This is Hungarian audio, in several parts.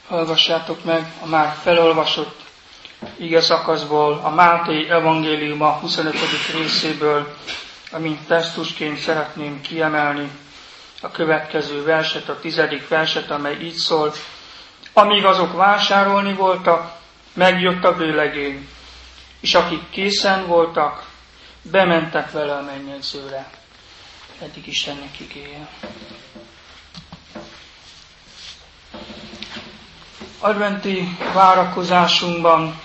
Hallgassátok meg a már felolvasott ige szakaszból, a Máté evangéliuma 25. részéből, amint textusként szeretném kiemelni a következő verset, a 10. verset, amely így szól: amíg azok vásárolni voltak, megjött a vőlegény, és akik készen voltak, bementek vele a mennyegzőre. Eddig Istennek igéje. Adventi várakozásunkban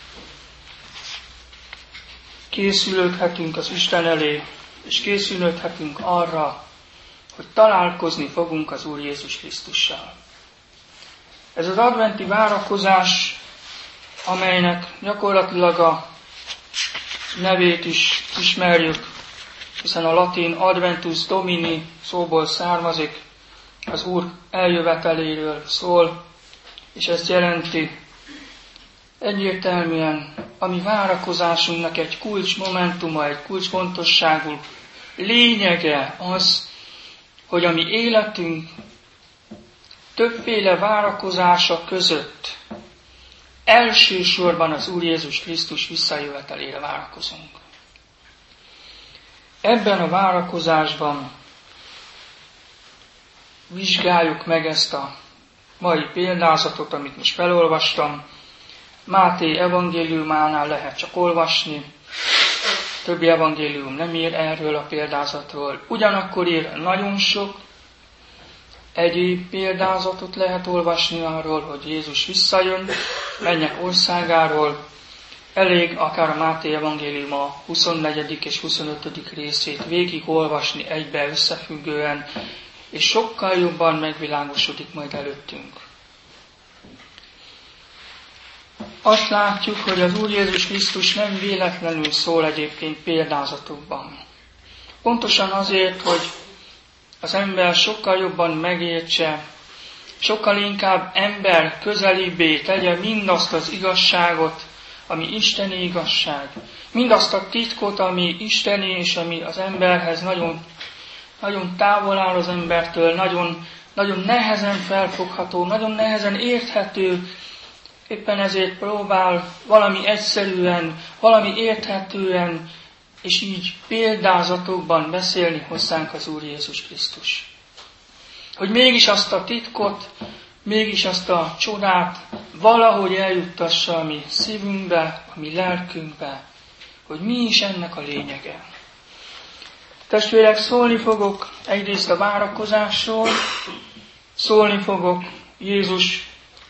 készülődhetünk az Isten elé, és készülődhetünk arra, hogy találkozni fogunk az Úr Jézus Krisztussal. Ez az adventi várakozás, amelynek gyakorlatilag a nevét is ismerjük, hiszen a latin Adventus Domini szóból származik, az Úr eljöveteléről szól, és ezt jelenti egyértelműen a mi várakozásunknak egy kulcsmomentuma, egy kulcsfontosságú lényege az, hogy a mi életünk többféle várakozása között elsősorban az Úr Jézus Krisztus visszajövetelére várakozunk. Ebben a várakozásban vizsgáljuk meg ezt a mai példázatot, amit most felolvastam. Máté evangéliumánál lehet csak olvasni, többi evangélium nem ír erről a példázatról. Ugyanakkor ír nagyon sok egyéb példázatot lehet olvasni arról, hogy Jézus visszajön, mennyek országáról. Elég akár a Máté evangéliuma 24. és 25. részét végig olvasni egybe összefüggően, és sokkal jobban megvilágosodik majd előttünk. Azt látjuk, hogy az Úr Jézus Krisztus nem véletlenül szól egyébként példázatokban. Pontosan azért, hogy az ember sokkal jobban megértse, sokkal inkább ember közelibbé tegye mindazt az igazságot, ami isteni igazság, mindazt a titkot, ami isteni, és ami az emberhez nagyon távol áll az embertől, nagyon nehezen felfogható, nagyon nehezen érthető. Éppen ezért próbál valami egyszerűen, valami érthetően, és így példázatokban beszélni hozzánk az Úr Jézus Krisztus. Hogy mégis azt a titkot, mégis azt a csodát valahogy eljuttassa a mi szívünkbe, a mi lelkünkbe, hogy mi is ennek a lényege. Testvérek, szólni fogok egyrészt a várakozásról, szólni fogok Jézus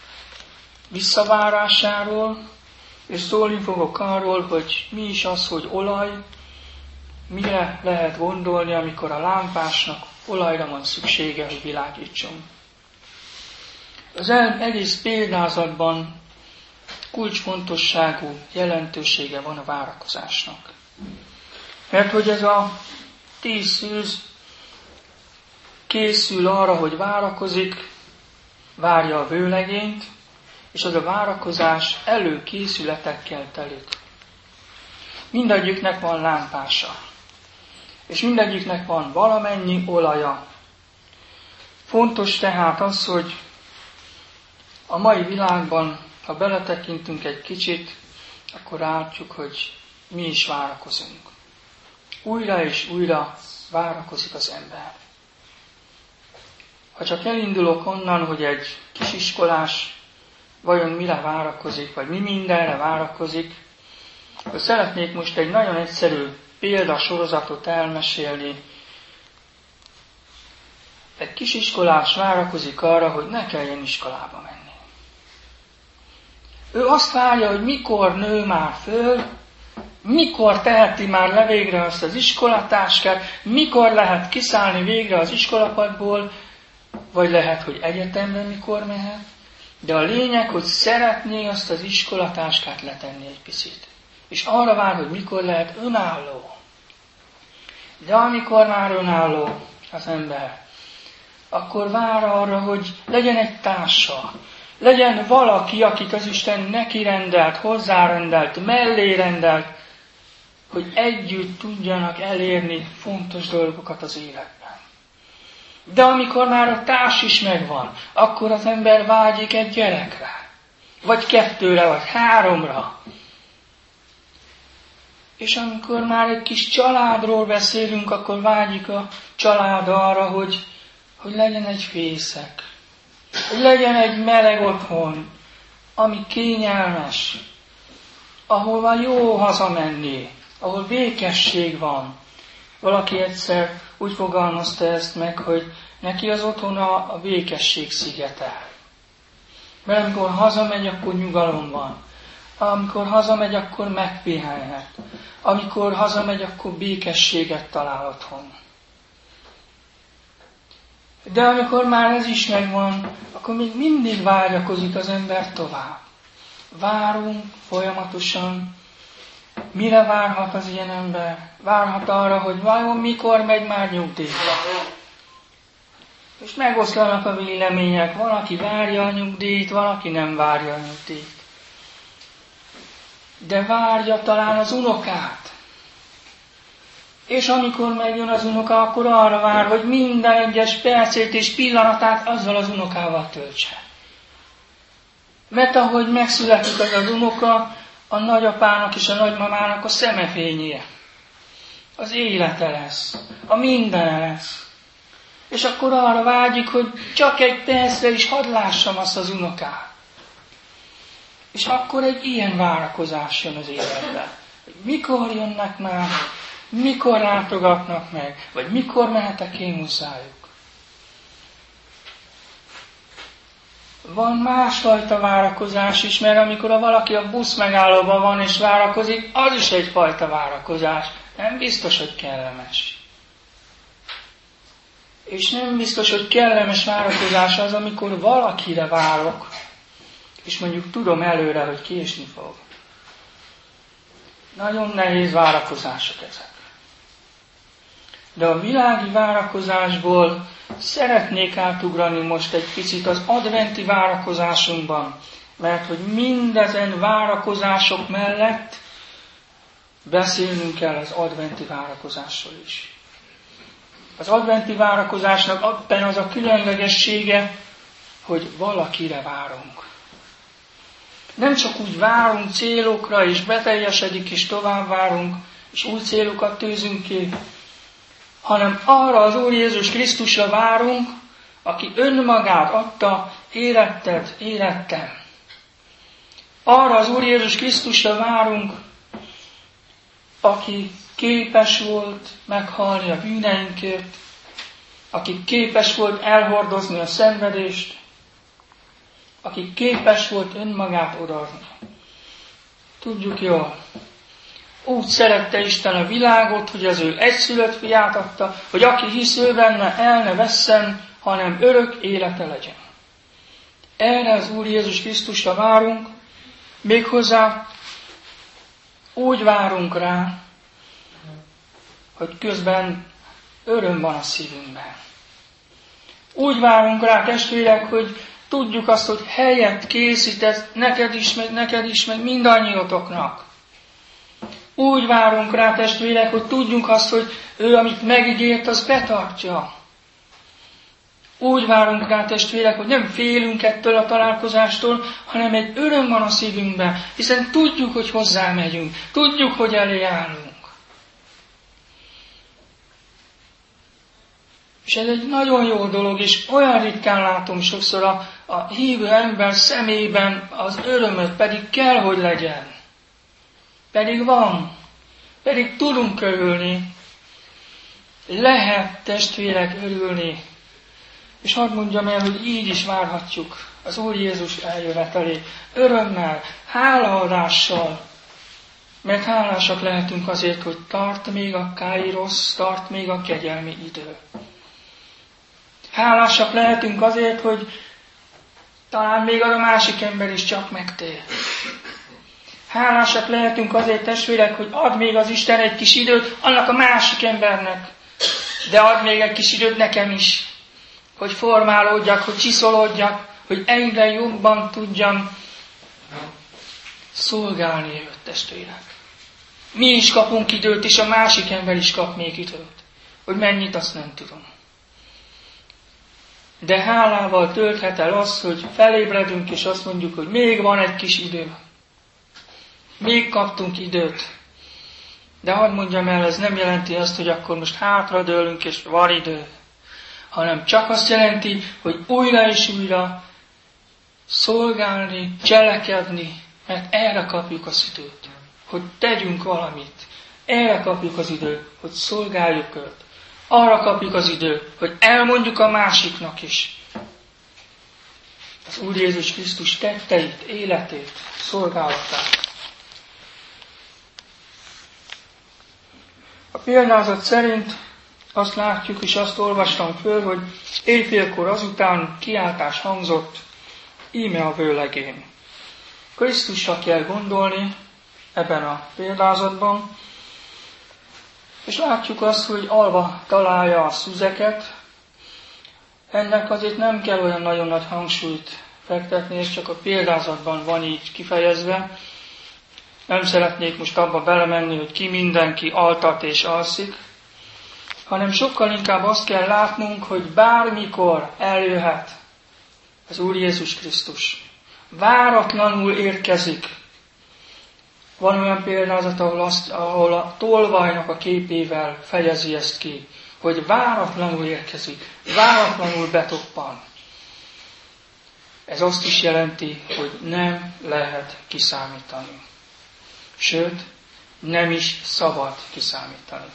visszavárásáról, és szólni fogok arról, hogy mi is az, hogy olaj, mire lehet gondolni, amikor a lámpásnak olajra van szüksége, hogy világítson. Az egész példázatban kulcsfontosságú jelentősége van a várakozásnak. Mert hogy ez a 10 szűz készül arra, hogy várakozik, várja a vőlegényt, és az a várakozás előkészületekkel telik. Mindegyiknek van lámpása, és mindegyiknek van valamennyi olaja. Fontos tehát az, hogy a mai világban, ha beletekintünk egy kicsit, akkor látjuk, hogy mi is várakozunk. Újra és újra várakozik az ember. Ha csak elindulok onnan, hogy egy kisiskolás vajon mire várakozik, vagy mi mindenre várakozik, akkor szeretnék most egy nagyon egyszerű példasorozatot elmesélni. Egy kisiskolás várakozik arra, hogy ne kelljen iskolába menni. Ő azt várja, hogy mikor nő már föl, mikor teheti már le végre azt az iskolatáskát, mikor lehet kiszállni végre az iskolapadból, vagy lehet, hogy egyetemre mikor mehet. De a lényeg, hogy szeretné azt az iskolatáskát letenni egy picit. És arra vár, hogy mikor lehet önálló. De amikor már önálló az ember, akkor vár arra, hogy legyen egy társa, legyen valaki, akit az Isten neki rendelt, hozzárendelt, mellé rendelt, hogy együtt tudjanak elérni fontos dolgokat az életben. De amikor már a társ is megvan, akkor az ember vágyik egy gyerekre, vagy 2-re, vagy 3-ra. És amikor már egy kis családról beszélünk, akkor vágyik a család arra, hogy legyen egy fészek, hogy legyen egy meleg otthon, ami kényelmes, ahol van jó hazamenni, ahol békesség van. Valaki egyszer úgy fogalmazta ezt meg, hogy neki az otthona a békesség szigete. Mert amikor hazamegy, akkor nyugalom van. Amikor hazamegy, akkor megpihenhet. Amikor hazamegy, akkor békességet talál otthon. De amikor már ez is megvan, akkor még mindig vágyakozik az ember tovább. Várunk folyamatosan. Mire várhat az ilyen ember? Várhat arra, hogy vajon mikor megy már nyugdíjba. És megoszlanak a vélemények. Valaki várja a nyugdíjt, valaki nem várja a nyugdíjt. De várja talán az unokát. És amikor megjön az unoka, akkor arra vár, hogy minden egyes percét és pillanatát azzal az unokával töltse. Mert ahogy megszületik az unoka, a nagyapának és a nagymamának a szemefénye. Az élete lesz, a mindene lesz. És akkor arra vágyik, hogy csak egy percre is hadd lássam azt az unokát. És akkor egy ilyen várakozás jön az életbe. Hogy mikor jönnek már, mikor látogatnak meg, vagy mikor mehetek én hozzájuk. Van másfajta várakozás is, mert amikor valaki a busz megállóban van és várakozik, az is egyfajta várakozás. Nem biztos, hogy kellemes. És nem biztos, hogy kellemes várakozás az, amikor valakire várok, és mondjuk tudom előre, hogy késni fog. Nagyon nehéz várakozások ezek. De a világi várakozásból szeretnék átugrani most egy picit az adventi várakozásunkban, mert hogy mindezen várakozások mellett beszélnünk kell az adventi várakozásról is. Az adventi várakozásnak abban az a különlegessége, hogy valakire várunk. Nem csak úgy várunk célokra, és beteljesedik, és tovább várunk, és új célokat tűzünk ki, hanem arra az Úr Jézus Krisztusra várunk, aki önmagát adta, érettem. Arra az Úr Jézus Krisztusra várunk, aki képes volt meghalni a bűneinkért, aki képes volt elhordozni a szenvedést, aki képes volt önmagát odaadni. Tudjuk jól, úgy szerette Isten a világot, hogy az ő egyszülött fiát adta, hogy aki hisz ő benne, el ne vesszen, hanem örök élete legyen. Erre az Úr Jézus Krisztusra várunk, méghozzá úgy várunk rá, hogy közben öröm van a szívünkben. Úgy várunk rá, testvérek, hogy tudjuk azt, hogy helyet készített neked is, meg mindannyiotoknak. Úgy várunk rá, testvérek, hogy tudjunk azt, hogy ő, amit megígért, az betartja. Úgy várunk rá, testvérek, hogy nem félünk ettől a találkozástól, hanem egy öröm van a szívünkben, hiszen tudjuk, hogy hozzá megyünk, tudjuk, hogy elé állunk. És ez egy nagyon jó dolog, és olyan ritkán látom sokszor a hívő ember szemében az örömöt, pedig kell, hogy legyen. Pedig van, pedig tudunk örülni. Lehet, testvérek, örülni. És hadd mondjam el, hogy így is várhatjuk az Úr Jézus eljövetelét. Örömmel, hálaadással. Mert hálásak lehetünk azért, hogy tart még a káirosz, tart még a kegyelmi idő. Hálásak lehetünk azért, hogy talán még az a másik ember is csak megtér. Hálásak lehetünk azért, testvérek, hogy ad még az Isten egy kis időt annak a másik embernek, de ad még egy kis időt nekem is, hogy formálódjak, hogy csiszolódjak, hogy egyre jobban tudjam szolgálni őt, testvérek. Mi is kapunk időt, és a másik ember is kap még időt. Hogy mennyit, azt nem tudom. De hálával tölthet el az, hogy felébredünk, és azt mondjuk, hogy még van egy kis idő. Még kaptunk időt. De hadd mondjam el, ez nem jelenti azt, hogy akkor most hátradőlünk, és van idő. Hanem csak azt jelenti, hogy újra és újra szolgálni, cselekedni, mert erre kapjuk az időt. Hogy tegyünk valamit. Erre kapjuk az időt, hogy szolgáljuk őt. Arra kapjuk az időt, hogy elmondjuk a másiknak is az Úr Jézus Krisztus tetteit, életét, szolgálatát. A példázat szerint azt látjuk, és azt olvastam föl, hogy éjfélkor azután kiáltás hangzott, íme a vőlegény. Krisztusra kell gondolni ebben a példázatban, és látjuk azt, hogy alva találja a szüzeket. Ennek azért nem kell olyan nagyon nagy hangsúlyt fektetni, és csak a példázatban van így kifejezve. Nem szeretnék most abba belemenni, hogy ki mindenki altat és alszik, hanem sokkal inkább azt kell látnunk, hogy bármikor eljöhet az Úr Jézus Krisztus. Váratlanul érkezik. Van olyan példázat, ahol a tolvajnak a képével fejezi ezt ki, hogy váratlanul érkezik, váratlanul betoppan. Ez azt is jelenti, hogy nem lehet kiszámítani. Sőt, nem is szabad kiszámítani.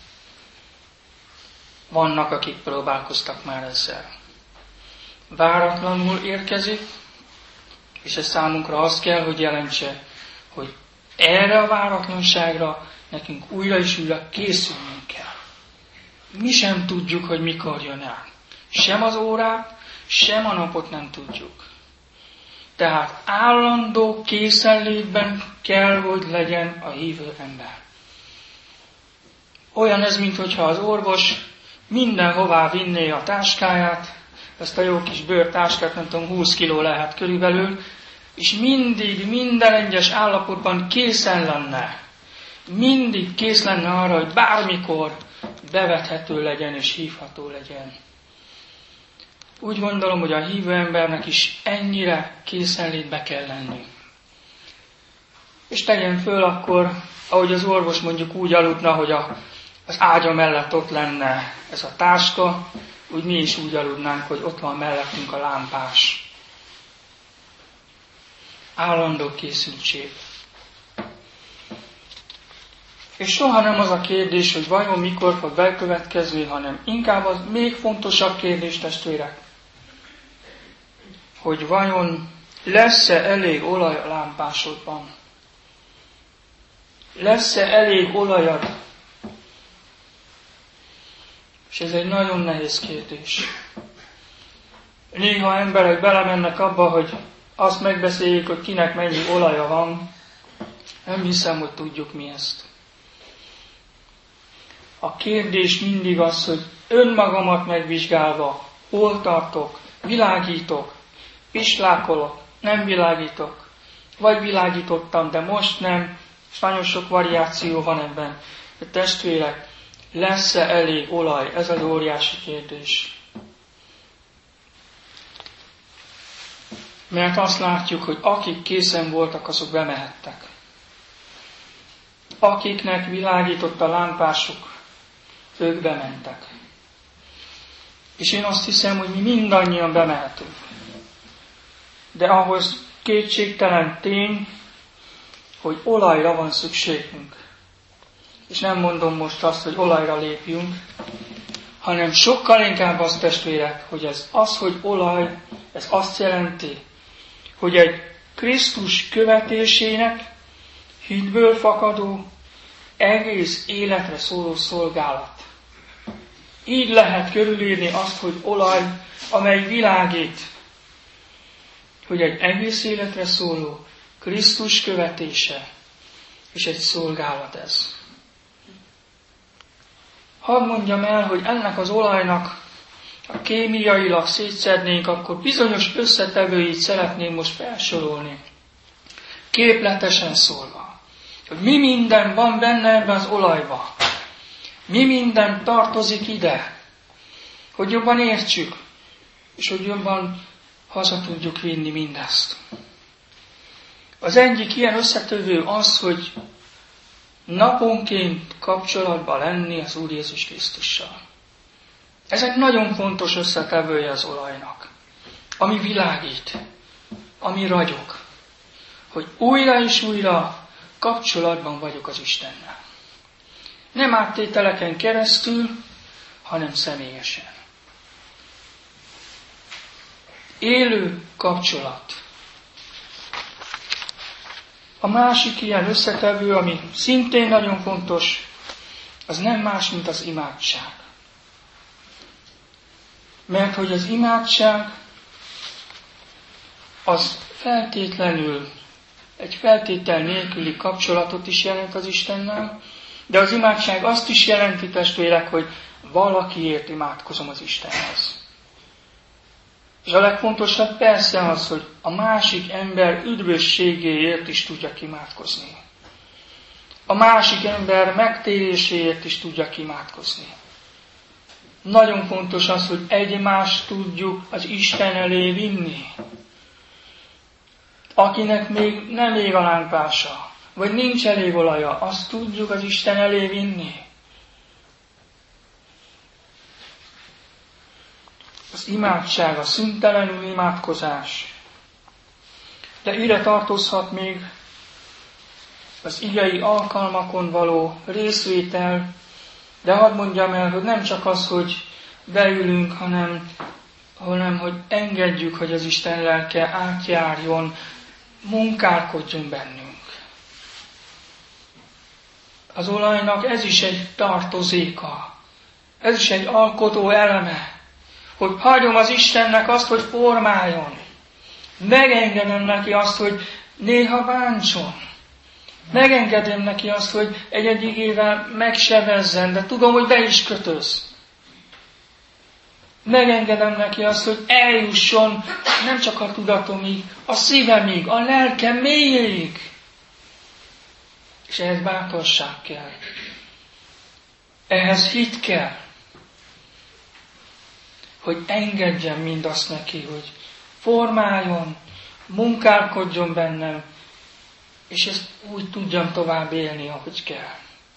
Vannak, akik próbálkoztak már ezzel. Váratlanul érkezik, és ez számunkra azt kell, hogy jelentse, hogy erre a váratlanságra nekünk újra és újra készülnünk kell. Mi sem tudjuk, hogy mikor jön el. Sem az órát, sem a napot nem tudjuk. Tehát állandó készenlétben kell, hogy legyen a hívő ember. Olyan ez, mintha az orvos mindenhová vinné a táskáját, ezt a jó kis bőrtáskát, nem tudom, 20 kiló lehet körülbelül, és mindig, minden egyes állapotban készen lenne. Mindig kész lenne arra, hogy bármikor bevethető legyen és hívható legyen. Úgy gondolom, hogy a hívő embernek is ennyire készenlétbe kell lenni. És tegyen föl akkor, ahogy az orvos mondjuk úgy aludna, hogy az ágya mellett ott lenne ez a táska, úgy mi is úgy aludnánk, hogy ott van mellettünk a lámpás. Állandó készültség. És soha nem az a kérdés, hogy vajon mikor fog bekövetkezni, hanem inkább az még fontosabb kérdés, testvérek, hogy vajon lesz-e elég olaj a lámpásodban? Lesz-e elég olajad? És ez egy nagyon nehéz kérdés. Néha emberek belemennek abba, hogy azt megbeszéljék, hogy kinek mennyi olaja van. Nem hiszem, hogy tudjuk mi ezt. A kérdés mindig az, hogy önmagamat megvizsgálva, hol tartok, világítok, pislákolok, nem világítok, vagy világítottam, de most nem, és nagyon sok variáció van ebben. De testvérek, lesz-e elég olaj? Ez az óriási kérdés. Mert azt látjuk, hogy akik készen voltak, azok bemehettek. Akiknek világított a lámpásuk, ők bementek. És én azt hiszem, hogy mi mindannyian bemehetünk. De ahhoz kétségtelen tény, hogy olajra van szükségünk. És nem mondom most azt, hogy olajra lépjünk, hanem sokkal inkább azt, testvérek, hogy ez az, hogy olaj, ez azt jelenti, hogy egy Krisztus követésének hitből fakadó, egész életre szóló szolgálat. Így lehet körülírni azt, hogy olaj, amely világít, hogy egy egész életre szóló Krisztus követése, és egy szolgálat ez. Hadd mondjam el, hogy ennek az olajnak, ha kémiailag szétszednénk, akkor bizonyos összetevőit szeretném most felsorolni. Képletesen szólva, hogy mi minden van benne ebben az olajban. Mi minden tartozik ide, hogy jobban értsük. és hogy jobban haza tudjuk vinni mindezt. Az egyik ilyen összetevő az, hogy naponként kapcsolatban lenni az Úr Jézus Krisztussal. Ez egy nagyon fontos összetevője az olajnak, ami világít, ami ragyog, hogy újra és újra kapcsolatban vagyok az Istennel. Nem áttételeken keresztül, hanem személyesen. Élő kapcsolat. A másik ilyen összetevő, ami szintén nagyon fontos, az nem más, mint az imádság. Mert hogy az imádság az feltétlenül egy feltétel nélküli kapcsolatot is jelent az Istennel, de az imádság azt is jelenti, testvérek, hogy valakiért imádkozom az Istenhez. És a legfontosabb persze az, hogy a másik ember üdvösségéért is tudjak imádkozni. A másik ember megtéréséért is tudjak imádkozni. Nagyon fontos az, hogy egymást tudjuk az Isten elé vinni. Akinek még nem ég a lámpása, vagy nincs elég olaja, azt tudjuk az Isten elé vinni. Az imádság, a szüntelenül imádkozás. De ide tartozhat még az igei alkalmakon való részvétel, de hadd mondjam el, hogy nem csak az, hogy beülünk, hanem hogy engedjük, hogy az Isten lelke átjárjon, munkálkodjon bennünk. Az olajnak ez is egy tartozéka, ez is egy alkotó eleme, hogy hagyom az Istennek azt, hogy formáljon. Megengedem neki azt, hogy néha bántson. Megengedem neki azt, hogy egy-egy igével megsevezzen, de tudom, hogy be is kötöz. Megengedem neki azt, hogy eljusson nem csak a tudatomig, a szívemig, a lelkem mélyéig. És ehhez bátorság kell. Ehhez hit kell. Hogy engedjem mindazt neki, hogy formáljon, munkálkodjon bennem, és ezt úgy tudjam tovább élni, ahogy kell.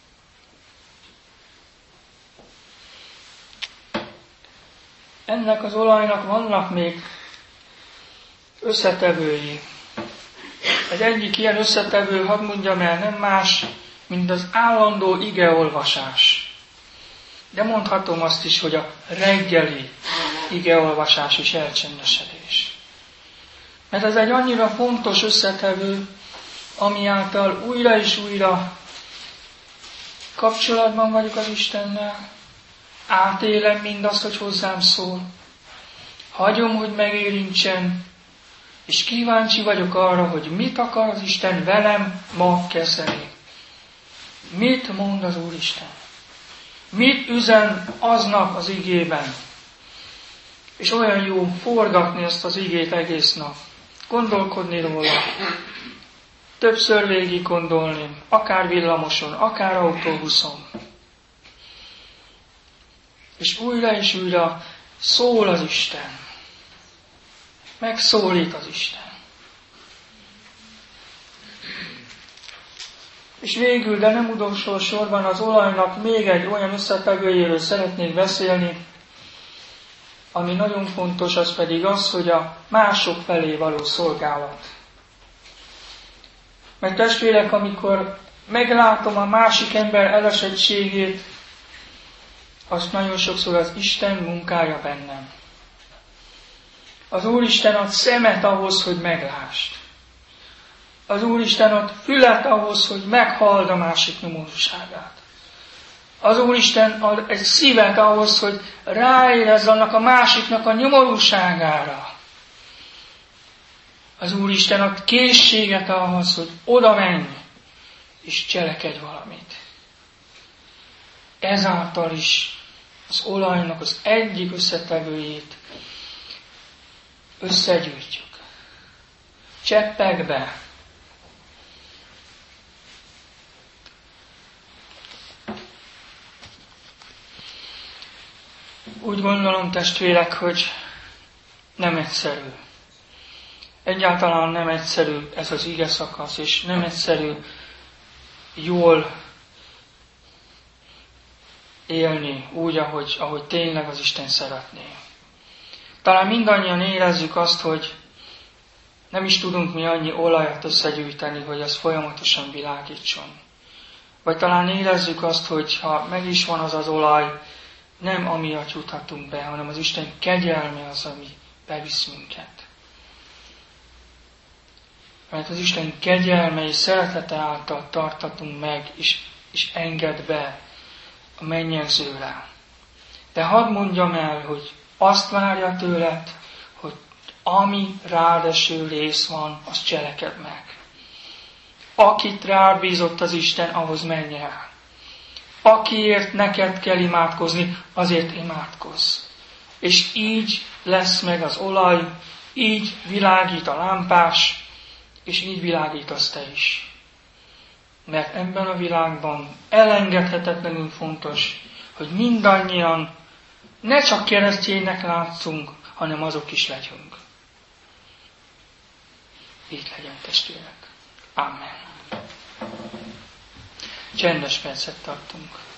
Ennek az olajnak vannak még összetevői. Az egyik ilyen összetevő, hadd mondjam el, nem más, mint az állandó igeolvasás. De mondhatom azt is, hogy a reggeli igeolvasás és elcsendesedés. Mert ez egy annyira fontos összetevő, ami által újra és újra kapcsolatban vagyok az Istennel, átélem mindazt, hogy hozzám szól, hagyom, hogy megérintsen, és kíváncsi vagyok arra, hogy mit akar az Isten velem ma kezdeni. Mit mond az Úristen? Mit üzen aznap az igében? És olyan jó forgatni ezt az igét egész nap. Gondolkodni róla. Többször végig gondolni. Akár villamoson, akár autóbuszon. És újra szól az Isten. Megszólít az Isten. És végül, de nem utolsó sorban az olajnak még egy olyan összetevőjéről szeretnék beszélni, ami nagyon fontos, az pedig az, hogy a mások felé való szolgálat. Mert testvérek, amikor meglátom a másik ember elesettségét, azt nagyon sokszor az Isten munkája bennem. Az Úristen ad szemet ahhoz, hogy meglásd. Az Úristen ad fület ahhoz, hogy meghalld a másik nyomorúságát. Az Úristen ad egy szívet ahhoz, hogy ráérezz annak a másiknak a nyomorúságára. Az Úristen ad készséget ahhoz, hogy oda menj, és cselekedj valamit. Ezáltal is az olajnak az egyik összetevőjét összegyűjtjük. Cseppekbe. Úgy gondolom, testvérek, hogy nem egyszerű. Egyáltalán nem egyszerű ez az ige szakasz, és nem egyszerű jól élni úgy, ahogy tényleg az Isten szeretné. Talán mindannyian érezzük azt, hogy nem is tudunk mi annyi olajat összegyűjteni, hogy az folyamatosan világítson. Vagy talán érezzük azt, hogy ha meg is van az az olaj, nem amiatt juthatunk be, hanem az Isten kegyelme az, ami bevisz minket. Mert az Isten kegyelme és szeretete által tartatunk meg, és enged be a mennyegzőre. De hadd mondjam el, hogy azt várja tőled, hogy ami rád eső rész van, azt cselekedd meg. Akit rád bízott az Isten, ahhoz menj el. Akiért neked kell imádkozni, azért imádkozz. És így lesz meg az olaj, így világít a lámpás, és így világítasz te is. Mert ebben a világban elengedhetetlenül fontos, hogy mindannyian ne csak kereszténynek látszunk, hanem azok is legyünk. Így legyen, testvérek. Amen. Csendes percet tartunk.